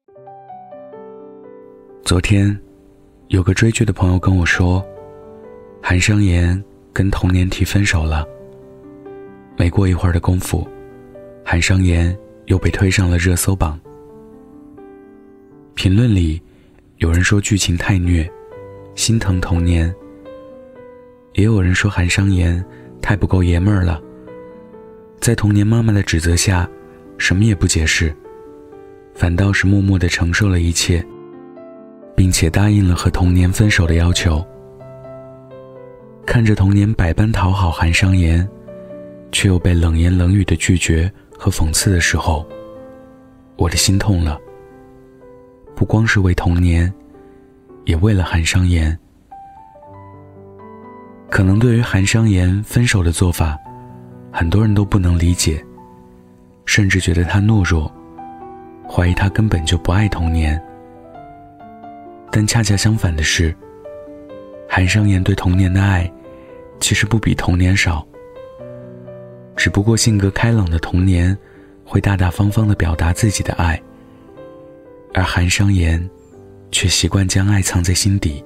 昨天有个追剧的朋友跟我说，韩商言跟童年提分手了。没过一会儿的功夫，韩商言又被推上了热搜榜。评论里有人说剧情太虐，心疼童年，也有人说韩商言太不够爷们儿了，在童年妈妈的指责下什么也不解释，反倒是默默地承受了一切，并且答应了和童年分手的要求。看着童年百般讨好韩商言，却又被冷言冷语的拒绝和讽刺的时候，我的心痛了。不光是为童年，也为了韩商言。可能对于韩商言分手的做法，很多人都不能理解，甚至觉得他懦弱，怀疑他根本就不爱童年。但恰恰相反的是，韩商言对童年的爱其实不比童年少，只不过性格开朗的童年会大大方方地表达自己的爱，而韩商言却习惯将爱藏在心底。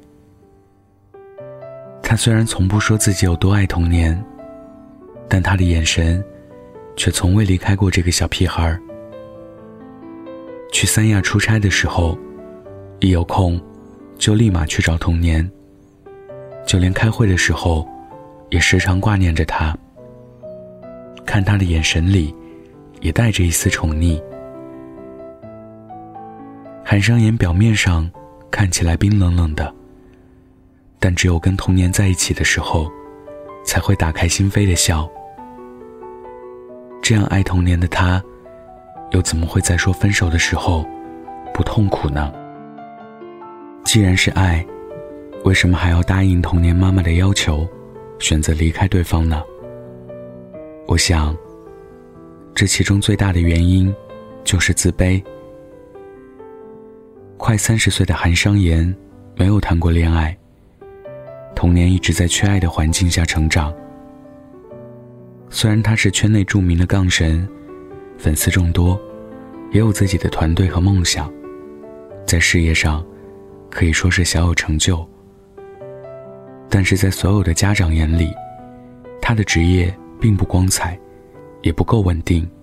他虽然从不说自己有多爱童年，但他的眼神却从未离开过这个小屁孩。去三亚出差的时候，一有空就立马去找童年，就连开会的时候也时常挂念着他。看他的眼神里也带着一丝宠溺。韩商言表面上看起来冰冷冷的，但只有跟童年在一起的时候才会打开心扉的笑。这样爱童年的他，又怎么会在说分手的时候不痛苦呢？既然是爱，为什么还要答应童年妈妈的要求，选择离开对方呢？我想，这其中最大的原因就是自卑。快30岁的韩商言没有谈过恋爱，童年一直在缺爱的环境下成长。虽然他是圈内著名的杠神，粉丝众多，也有自己的团队和梦想，在事业上可以说是小有成就，但是在所有的家长眼里，他的职业并不光彩，也不够稳定。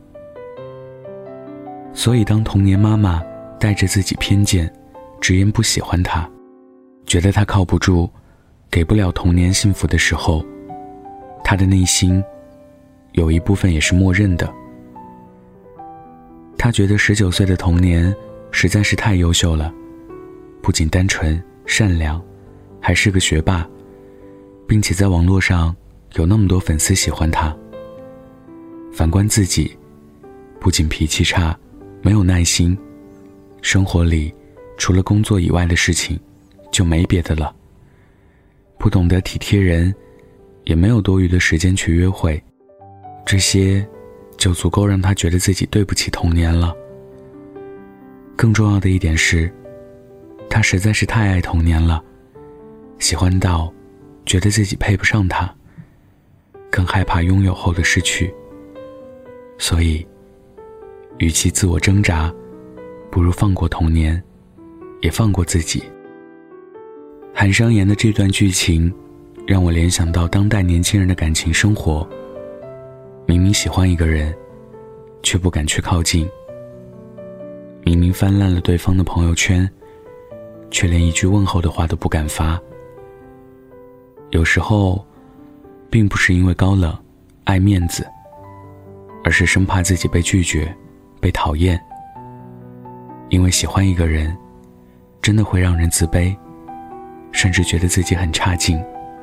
所以当童年妈妈带着自己偏见，直言不喜欢他，觉得他靠不住，给不了童年幸福的时候，他的内心有一部分也是默认的。他觉得19岁的童年实在是太优秀了，不仅单纯善良，还是个学霸，并且在网络上有那么多粉丝喜欢他。反观自己，不仅脾气差，没有耐心，生活里除了工作以外的事情就没别的了，不懂得体贴人，也没有多余的时间去约会，这些就足够让他觉得自己对不起童年了。更重要的一点是，他实在是太爱童年了，喜欢到觉得自己配不上他，更害怕拥有后的失去。所以与其自我挣扎，不如放过童年，也放过自己。韩商言的这段剧情让我联想到当代年轻人的感情生活，明明喜欢一个人，却不敢去靠近，明明翻烂了对方的朋友圈，却连一句问候的话都不敢发。有时候并不是因为高冷爱面子，而是生怕自己被拒绝被讨厌。因为喜欢一个人真的会让人自卑，甚至觉得自己很差劲。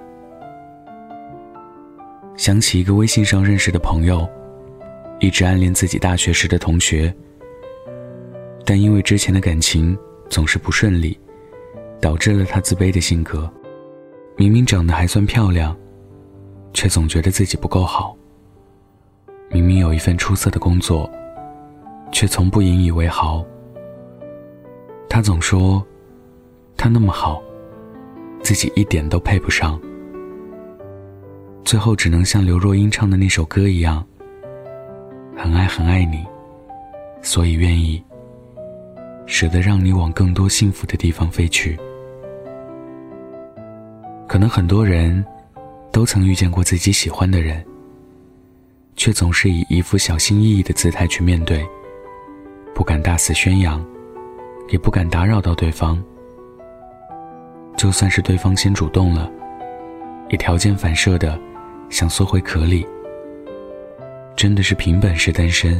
想起一个微信上认识的朋友，一直暗恋自己大学时的同学，但因为之前的感情总是不顺利，导致了他自卑的性格。明明长得还算漂亮，却总觉得自己不够好。明明有一份出色的工作，却从不引以为豪。他总说他那么好，自己一点都配不上，最后只能像刘若英唱的那首歌一样，很爱很爱你，所以愿意舍得让你往更多幸福的地方飞去。可能很多人都曾遇见过自己喜欢的人，却总是以一副小心翼翼的姿态去面对，不敢大肆宣扬，也不敢打扰到对方。就算是对方先主动了，也条件反射的想缩回壳里。真的是凭本事单身。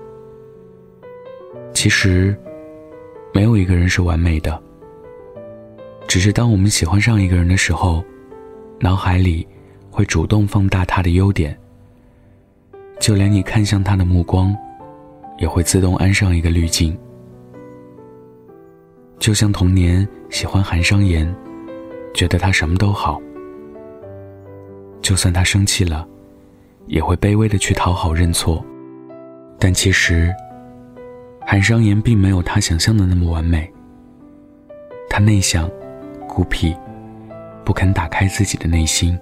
其实没有一个人是完美的，只是当我们喜欢上一个人的时候，脑海里会主动放大他的优点，就连你看向他的目光也会自动安上一个滤镜。就像童年喜欢韩商言，觉得他什么都好，就算他生气了，也会卑微的去讨好认错。但其实韩商言并没有他想象的那么完美，他内向孤僻，不肯打开自己的内心。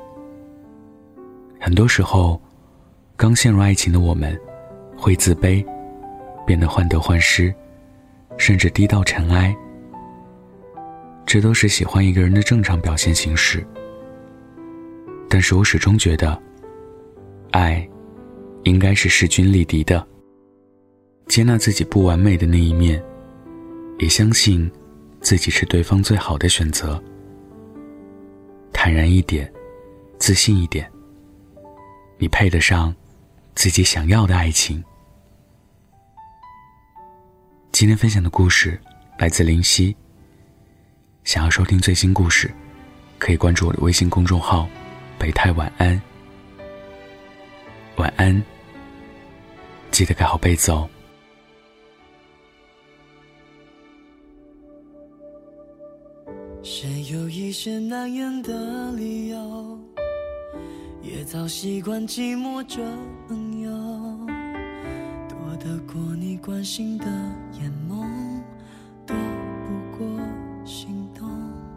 很多时候刚陷入爱情的我们会自卑，变得患得患失，甚至低到尘埃。这都是喜欢一个人的正常表现形式。但是我始终觉得，爱应该是势均力敌的，接纳自己不完美的那一面，也相信自己是对方最好的选择。坦然一点，自信一点，你配得上自己想要的爱情。今天分享的故事来自林夕。想要收听最新故事，可以关注我的微信公众号北太晚安。晚安，记得盖好被子哦。 谁有一些难言的理由，也早习惯寂寞这朋友，躲得过你关心的眼眸，躲不过心动，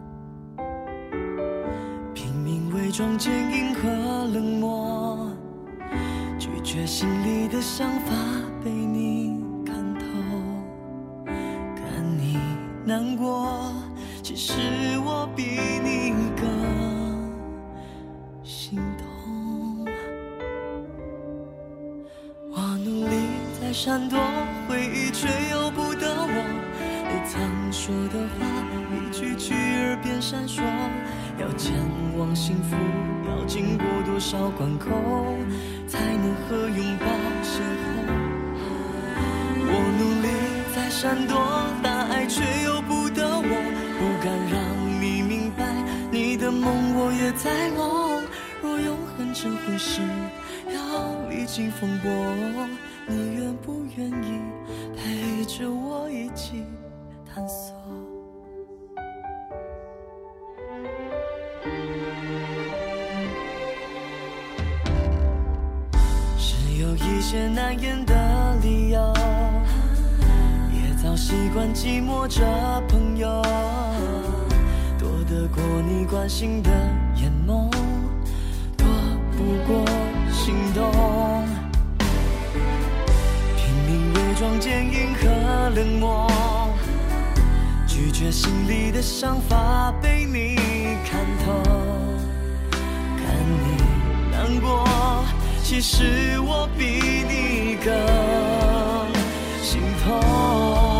拼命伪装坚硬和冷漠，拒绝心里的想法被你看透，看你难过，其实我比你更心痛。我努力在闪躲回忆，却由不得我。你曾说的话，一句句耳边闪烁。要前往幸福，要经过多少关口，才能和拥抱邂逅？我努力在闪躲大爱，却由不得我。不敢让你明白，你的梦我也在梦。若永恒这回事要历经风波，你愿不愿意陪着我一起探索？是有一些难言的理由，也早习惯寂寞这朋友，躲得过你关心的眼眸，躲不过心动，拼命伪装坚硬和冷漠，拒绝心里的想法被你看透，看你难过，其实我比你更心痛。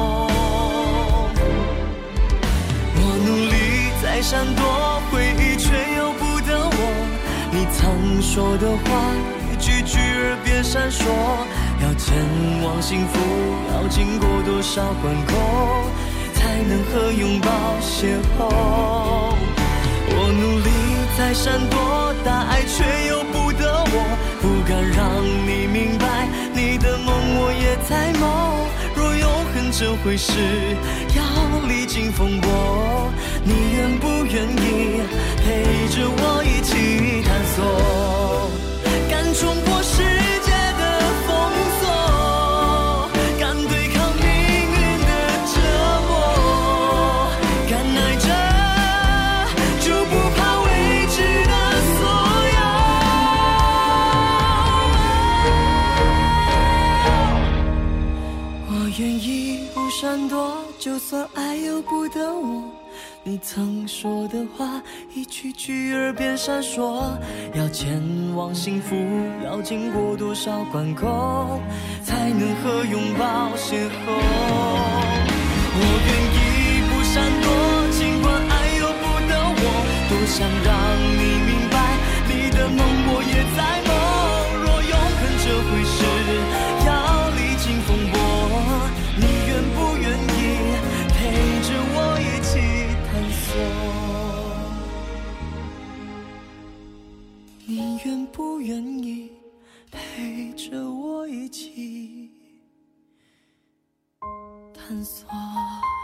在闪躲回忆，却由不得我。你曾说的话，一句句耳边闪烁。要前往幸福，要经过多少关口，才能和拥抱邂逅？我努力在闪躲大爱，却由不得我。不敢让你明白，你的梦我也在梦。若永恒这回事要历经风波，你愿不愿意陪着我一起探索？敢冲破世界的封锁，敢对抗命运的折磨，敢爱着就不怕未知的所有。我愿义无声多，就算爱由不得我。你曾说的话，一句句耳边闪烁。要前往幸福，要经过多少关口，才能和拥抱邂逅？我愿意不闪躲，尽管爱由不得我。多想让你明白，你的梦我也在梦。若永恒这回事，要历经风波，你愿不愿意陪着我一起探索？你愿不愿意陪着我一起探索？